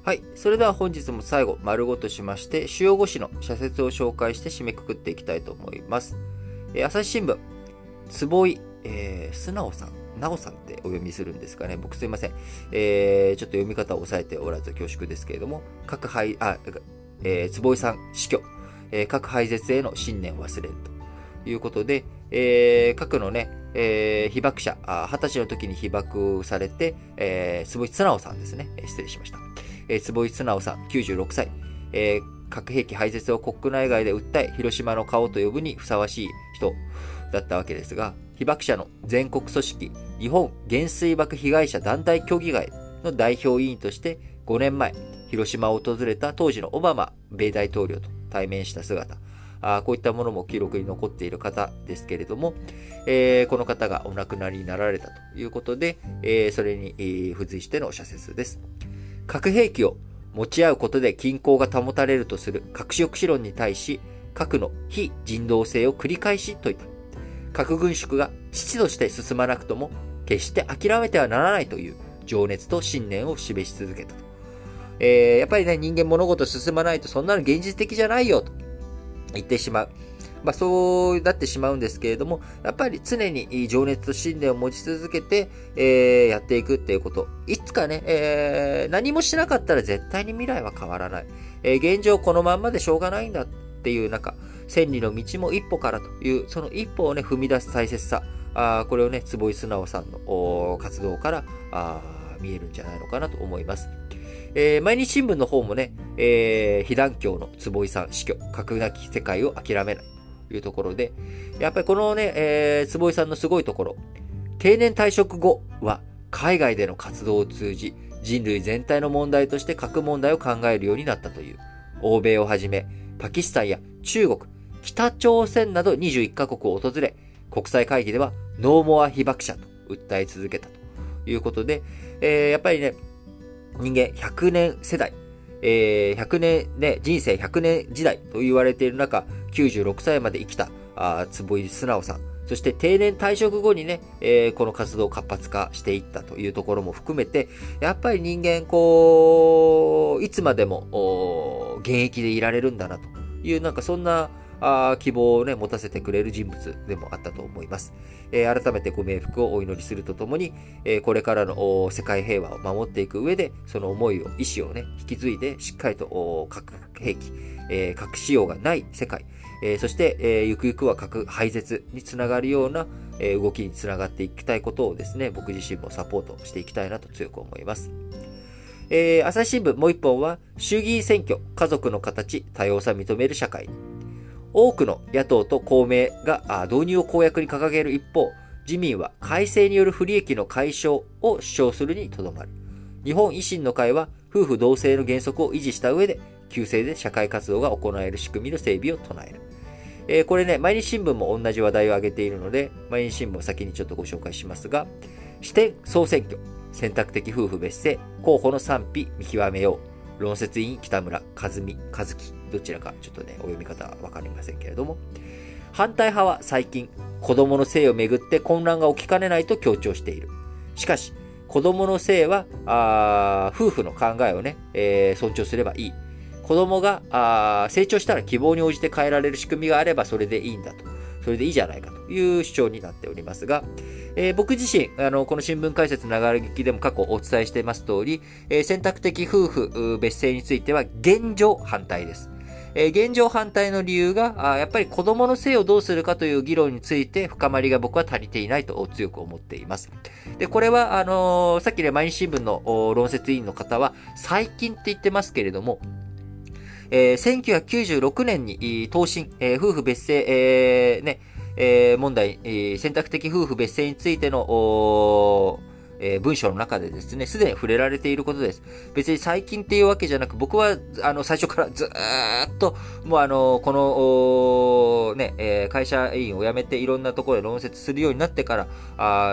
はい。それでは本日も最後、丸ごとしまして、主要5紙の社説を紹介して締めくくっていきたいと思います。朝日新聞、坪井、素直さん、直さんってお読みするんですかね。僕すいません。ちょっと読み方を抑えておらず恐縮ですけれども、坪井さん死去、核廃絶への信念を忘れるということで、核のね、被爆者、20歳の時に被爆されて、坪井素直さんですね。失礼しました。坪井素直さん、96歳。核兵器廃絶を国内外で訴え、広島の顔と呼ぶにふさわしい人だったわけですが、被爆者の全国組織、日本原水爆被害者団体協議会の代表委員として、5年前、広島を訪れた当時のオバマ米大統領と対面した姿、こういったものも記録に残っている方ですけれども、この方がお亡くなりになられたということで、それに付随しての社説です。核兵器を持ち合うことで均衡が保たれるとする核抑止論に対し、核の非人道性を繰り返し説いた。核軍縮が遅々として進まなくとも、決して諦めてはならないという情熱と信念を示し続けたと。やっぱりね、人間物事進まないとそんなの現実的じゃないよと言ってしまう。そうなってしまうんですけれども、やっぱり常に情熱と信念を持ち続けて、やっていくっていうこと。いつかね、何もしなかったら絶対に未来は変わらない。現状このまんまでしょうがないんだっていう中、千里の道も一歩からという、その一歩をね、踏み出す大切さ。これをね、坪井素直さんの活動から見えるんじゃないのかなと思います。毎日新聞の方もね、被団協の坪井さん死去、核なき世界を諦めないというところで、やっぱりこのね、坪井さんのすごいところ、定年退職後は海外での活動を通じ、人類全体の問題として核問題を考えるようになったという、欧米をはじめ、パキスタンや中国、北朝鮮など21カ国を訪れ、国際会議ではノーモア被爆者と訴え続けたということで、やっぱりね、人間100年世代、100年ね、人生100年時代と言われている中、96歳まで生きた坪井素直さん、そして定年退職後にね、この活動を活発化していったというところも含めて、やっぱり人間いつまでも現役でいられるんだなという、なんかそんな希望をね、持たせてくれる人物でもあったと思います。改めてご冥福をお祈りするとともに、これからの世界平和を守っていく上で、その思いを、意志をね、引き継いで、しっかりと核兵器、核使用がない世界、そして、ゆくゆくは核廃絶につながるような、動きにつながっていきたいことをですね、僕自身もサポートしていきたいなと強く思います。朝日新聞もう一本は、衆議院選挙、家族の形、多様さ認める社会。多くの野党と公明が導入を公約に掲げる一方、自民は改正による不利益の解消を主張するにとどまる。日本維新の会は夫婦同姓の原則を維持した上で、旧姓で社会活動が行える仕組みの整備を唱える。これね、毎日新聞も同じ話題を挙げているので、毎日新聞を先にちょっとご紹介しますが、支店総選挙、選択的夫婦別姓、候補の賛否見極めよう。論説委員北村和美、和樹、どちらかちょっとね、お読み方はわかりませんけれども、反対派は最近、子供の姓をめぐって混乱が起きかねないと強調している。しかし、子供の姓は、夫婦の考えをね、尊重すればいい。子供が成長したら希望に応じて変えられる仕組みがあればそれでいいんだと。それでいいじゃないかという主張になっておりますが、僕自身、この新聞解説ながら聞きでも過去お伝えしています通り、選択的夫婦別姓については現状反対です。現状反対の理由が、やっぱり子供の姓をどうするかという議論について深まりが僕は足りていないと強く思っています。で、これは、さっきね、毎日新聞の論説委員の方は、最近って言ってますけれども、1996年に、答申、夫婦別姓、問題、選択的夫婦別姓についての、文章の中でですね、すでに触れられていることです。別に最近っていうわけじゃなく、僕は、最初からずーっと、もうこの、ね、会社員を辞めていろんなところで論説するようになってから、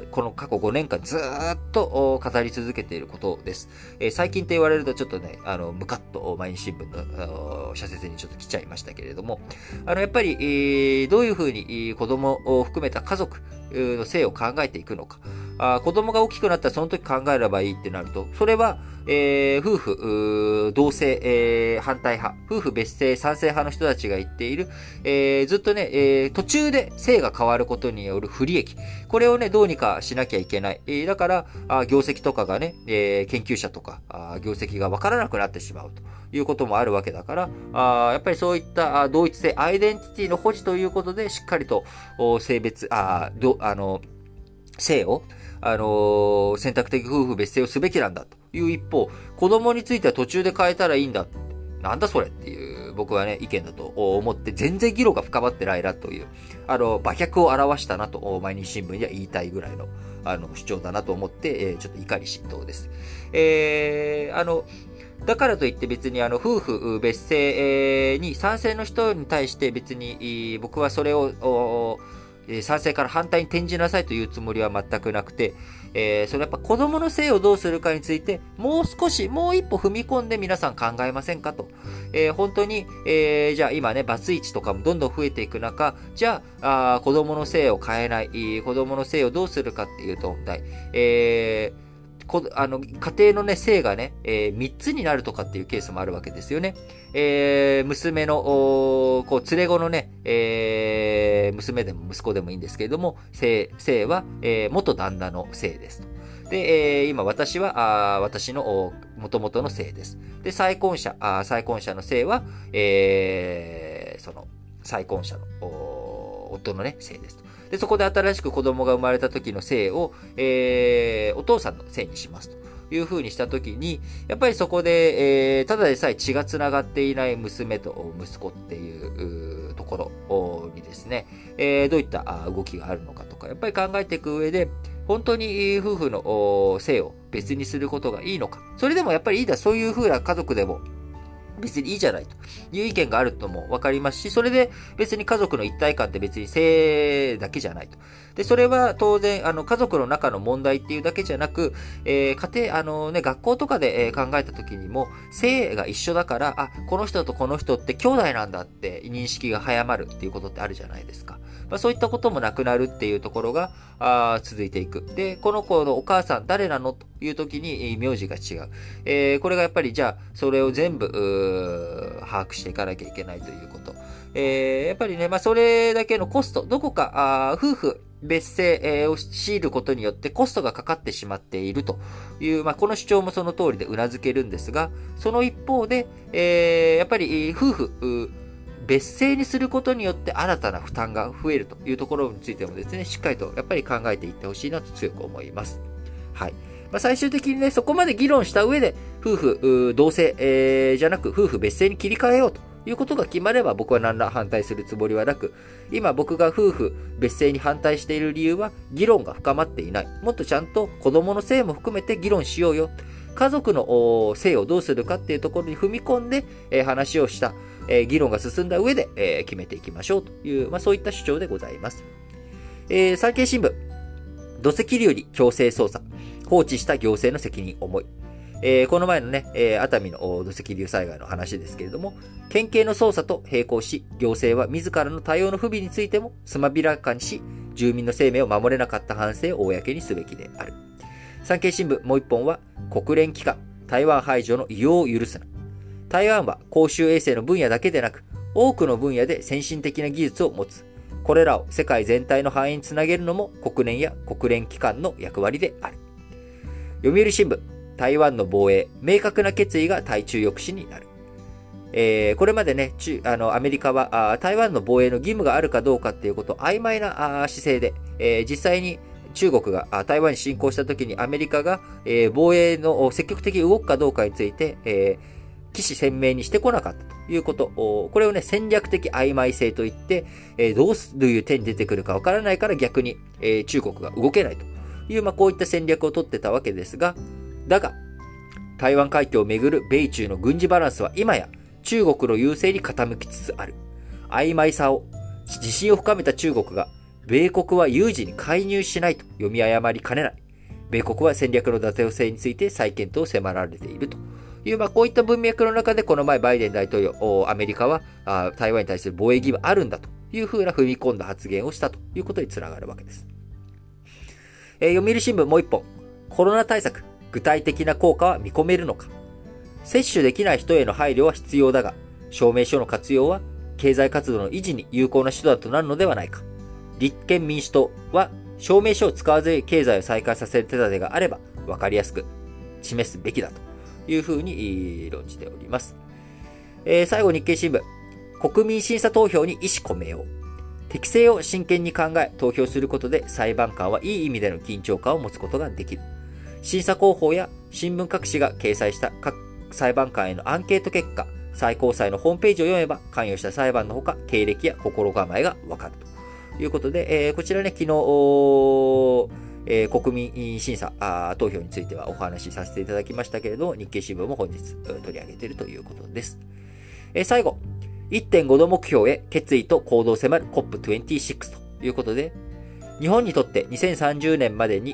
この過去5年間ずーっと語り続けていることです。最近って言われるとちょっとね、ムカッと毎日新聞の社説にちょっと来ちゃいましたけれども、やっぱり、どういうふうに子供を含めた家族の姓を考えていくのか、 子供が大きくなったらその時考えればいいってなると、それは、夫婦、同性、反対派、夫婦別姓賛成派の人たちが言っている、ずっとね、途中で性が変わることによる不利益。これをね、どうにかしなきゃいけない。だから、業績とかがね、研究者とか、業績がわからなくなってしまうということもあるわけだから、やっぱりそういった同一性、アイデンティティの保持ということで、しっかりと、性別、性を、選択的夫婦別姓をすべきなんだという一方、子供については途中で変えたらいいんだ。なんだそれっていう僕はね、意見だと思って、全然議論が深まってないなという、馬脚を表したなと、毎日新聞には言いたいぐらいの、主張だなと思って、ちょっと怒り心頭です。だからといって別に夫婦別姓に賛成の人に対して別に僕はそれを賛成から反対に転じなさいというつもりは全くなくて、そのやっぱ子供の性をどうするかについて、もう一歩踏み込んで皆さん考えませんかと。本当に、じゃあ今ね、バツイチとかもどんどん増えていく中、じゃあ、子供の性を変えない、子供の性をどうするかっていうと、家庭のね、性がね、3つになるとかっていうケースもあるわけですよね。娘の、連れ子のね、娘でも息子でもいいんですけれども、性は、元旦那の性ですと。で、今私は、私の元々の性です。で、再婚者の性は、その、再婚者の夫のね、性ですと。で、そこで新しく子供が生まれた時の姓を、お父さんの姓にしますという風にした時に、やっぱりそこで、ただでさえ血が繋がっていない娘と息子っていうところにですね、どういった動きがあるのかとか、やっぱり考えていく上で、本当に夫婦の姓を別にすることがいいのか。それでもやっぱりいいだ、そういう風な家族でも、別にいいじゃないという意見があるともわかりますし、それで別に家族の一体感って別に性だけじゃないと。で、それは当然、家族の中の問題っていうだけじゃなく、家庭、学校とかで考えた時にも、性が一緒だから、この人とこの人って兄弟なんだって認識が早まるっていうことってあるじゃないですか。そういったこともなくなるっていうところが、続いていく。で、この子のお母さん誰なのという時に、名字が違う。これがやっぱりじゃあ、それを全部、把握していかなきゃいけないということ。やっぱりね、それだけのコスト、どこか、夫婦、別姓を強いることによってコストがかかってしまっているという、この主張もその通りで頷けるんですが、その一方で、やっぱり夫婦、別姓にすることによって新たな負担が増えるというところについてもですね、しっかりとやっぱり考えていってほしいなと強く思います。はい。最終的にね、そこまで議論した上で、夫婦、同姓、じゃなく夫婦別姓に切り替えようということが決まれば僕は何ら反対するつもりはなく、今僕が夫婦別姓に反対している理由は議論が深まっていない。もっとちゃんと子供の姓も含めて議論しようよ。家族の姓をどうするかっていうところに踏み込んで、話をした、議論が進んだ上で、決めていきましょうという、そういった主張でございます。産経新聞、土石流に強制捜査、放置した行政の責任重い。この前のね、熱海の土石流災害の話ですけれども、県警の捜査と並行し、行政は自らの対応の不備についてもつまびらかにし、住民の生命を守れなかった反省を公にすべきである。産経新聞もう一本は、国連機関、台湾排除の異様を許すな。台湾は公衆衛生の分野だけでなく、多くの分野で先進的な技術を持つ。これらを世界全体の繁栄につなげるのも国連や国連機関の役割である。読売新聞、台湾の防衛、明確な決意が対中抑止になる。これまでね、アメリカは台湾の防衛の義務があるかどうかっていうことを曖昧な姿勢で、実際に中国が台湾に侵攻した時にアメリカが、防衛の積極的に動くかどうかについて、旗詞鮮明にしてこなかったということ。これをね、戦略的曖昧性といって、どういう手に出てくるかわからないから逆に、中国が動けないという、こういった戦略を取ってたわけですが、だが、台湾海峡をめぐる米中の軍事バランスは今や中国の優勢に傾きつつある。曖昧さを、自信を深めた中国が、米国は有事に介入しないと読み誤りかねない。米国は戦略の妥当性について再検討を迫られているという、こういった文脈の中でこの前バイデン大統領、アメリカは台湾に対する防衛義務あるんだというふうな踏み込んだ発言をしたということにつながるわけです。 読売新聞もう一本。コロナ対策、具体的な効果は見込めるのか。接種できない人への配慮は必要だが、証明書の活用は経済活動の維持に有効な手段となるのではないか。立憲民主党は証明書を使わず経済を再開させる手立てがあれば分かりやすく示すべきだというふうに論じております。最後日経新聞。国民審査投票に意思込めよう。適正を真剣に考え投票することで裁判官はいい意味での緊張感を持つことができる。審査広報や新聞各紙が掲載した各裁判官へのアンケート結果、最高裁のホームページを読めば関与した裁判のほか経歴や心構えがわかるということで、こちらね、昨日、国民審査投票についてはお話しさせていただきましたけれども、日経新聞も本日取り上げているということです。最後、1.5 度目標へ決意と行動を迫る COP26 ということで、日本にとって2030年までに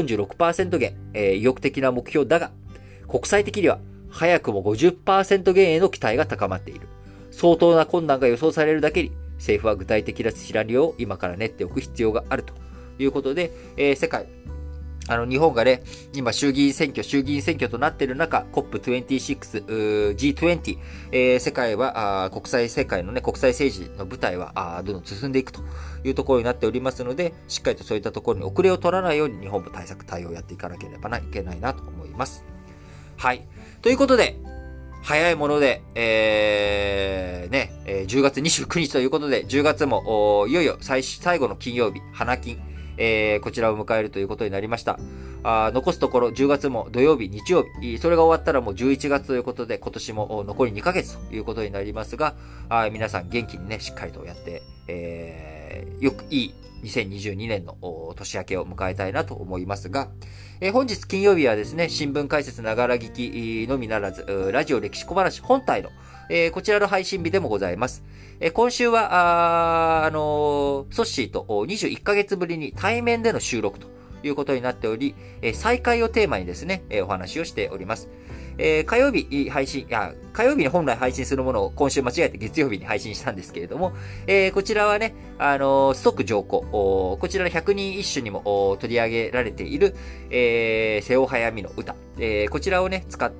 46% 減、意欲的な目標だが、国際的には早くも 50% 減への期待が高まっている。相当な困難が予想されるだけに、政府は具体的なシナリオを今から練っておく必要があるということで、世界、日本がね、今衆議院選挙となっている中、COP26、G20、世界は、世界のね、国際政治の舞台は、どんどん進んでいくというところになっておりますので、しっかりとそういったところに遅れを取らないように日本も対応をやっていかなければいけないなと思います。はい。ということで、早いもので、10月29日ということで、10月も、いよいよ最後の金曜日、花金、こちらを迎えるということになりました。残すところ10月も土曜日、日曜日、それが終わったらもう11月ということで、今年も残り2ヶ月ということになりますが、皆さん元気にね、しっかりとやって、いい2022年の年明けを迎えたいなと思いますが、本日金曜日はですね、新聞解説ながら聞きのみならず、ラジオ歴史小話本体の、こちらの配信日でもございます。今週は、ソッシーと21ヶ月ぶりに対面での収録ということになっており、再開をテーマにですね、お話をしております。火曜日に本来配信するものを今週間違えて月曜日に配信したんですけれども、こちらはね、ストック上皇、こちらの百人一首にも取り上げられている、瀬尾早見の歌、こちらをね、使って、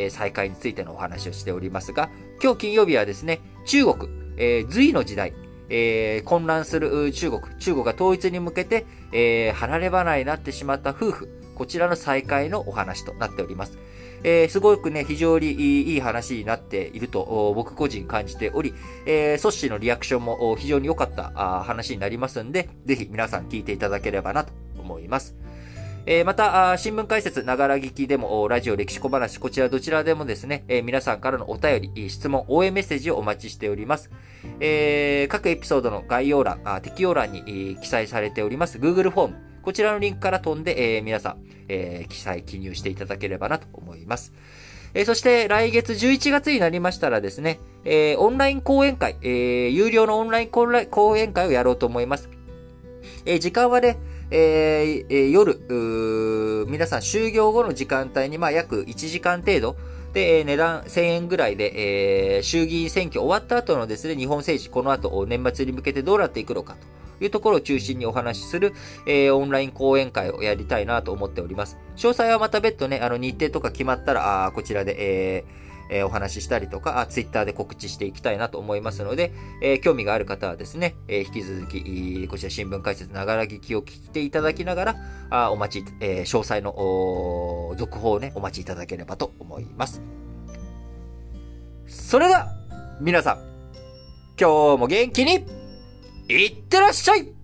再開についてのお話をしておりますが、今日金曜日はですね、中国、隋の時代、混乱する中国が統一に向けて、離れ離れになってしまった夫婦、こちらの再会のお話となっております。すごくね、非常にいい話になっていると僕個人感じており、ソッシーのリアクションも非常に良かった話になりますんで、ぜひ皆さん聞いていただければなと思います。また、新聞解説、ながら聞きでも、ラジオ歴史小話、こちらどちらでもですね、皆さんからのお便り、質問、応援メッセージをお待ちしております。各エピソードの概要欄、適用欄に記載されております Google フォーム、こちらのリンクから飛んで、皆さん、記入していただければなと思います。そして来月11月になりましたらですね、オンライン講演会、有料のオンライン講演会をやろうと思います。時間はね、夜、皆さん就業後の時間帯に約1時間程度で、値段1000円ぐらいで、衆議院選挙終わった後のですね、日本政治、この後年末に向けてどうなっていくのかというところを中心にお話しする、オンライン講演会をやりたいなと思っております。詳細はまた別途ね、日程とか決まったら、こちらで、お話ししたりとか、ツイッターで告知していきたいなと思いますので、興味がある方はですね、引き続き、こちら新聞解説ながら聞きを聞いていただきながら、詳細の続報をね、お待ちいただければと思います。それでは、皆さん、今日も元気に、いってらっしゃい。